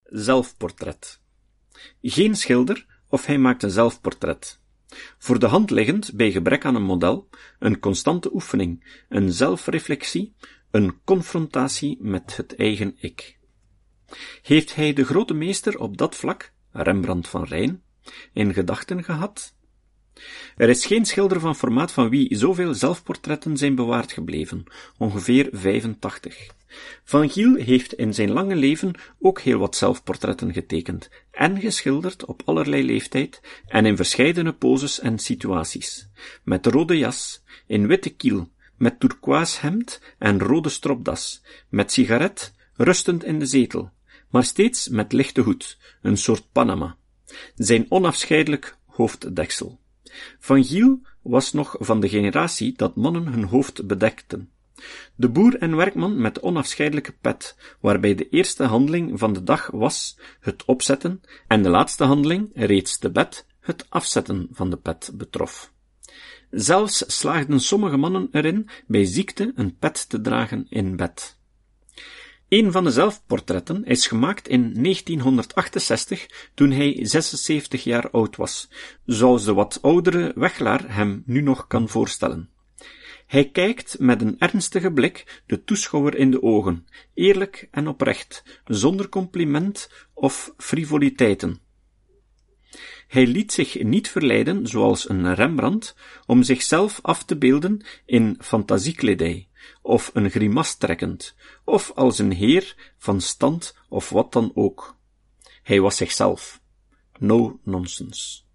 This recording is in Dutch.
Zelfportret. Geen schilder of hij maakt een zelfportret. Voor de hand liggend, bij gebrek aan een model, een constante oefening, een zelfreflectie, een confrontatie met het eigen ik. Heeft hij de grote meester op dat vlak, Rembrandt van Rijn, in gedachten gehad? Er is geen schilder van formaat van wie zoveel zelfportretten zijn bewaard gebleven, ongeveer 85. Van Giel heeft in zijn lange leven ook heel wat zelfportretten getekend en geschilderd op allerlei leeftijd en in verscheidene poses en situaties. Met rode jas, in witte kiel, met turkoois hemd en rode stropdas, met sigaret, rustend in de zetel, maar steeds met lichte hoed, een soort Panama. Zijn onafscheidelijk hoofddeksel. Van Giel was nog van de generatie dat mannen hun hoofd bedekten. De boer en werkman met onafscheidelijke pet, waarbij de eerste handeling van de dag was het opzetten en de laatste handeling, reeds te bed, het afzetten van de pet betrof. Zelfs slaagden sommige mannen erin bij ziekte een pet te dragen in bed. Een van de zelfportretten is gemaakt in 1968, toen hij 76 jaar oud was, zoals de wat oudere Weghelaar hem nu nog kan voorstellen. Hij kijkt met een ernstige blik de toeschouwer in de ogen, eerlijk en oprecht, zonder compliment of frivoliteiten. Hij liet zich niet verleiden, zoals een Rembrandt, om zichzelf af te beelden in fantasiekledij, of een grimas trekkend, of als een heer van stand of wat dan ook. Hij was zichzelf. No nonsense.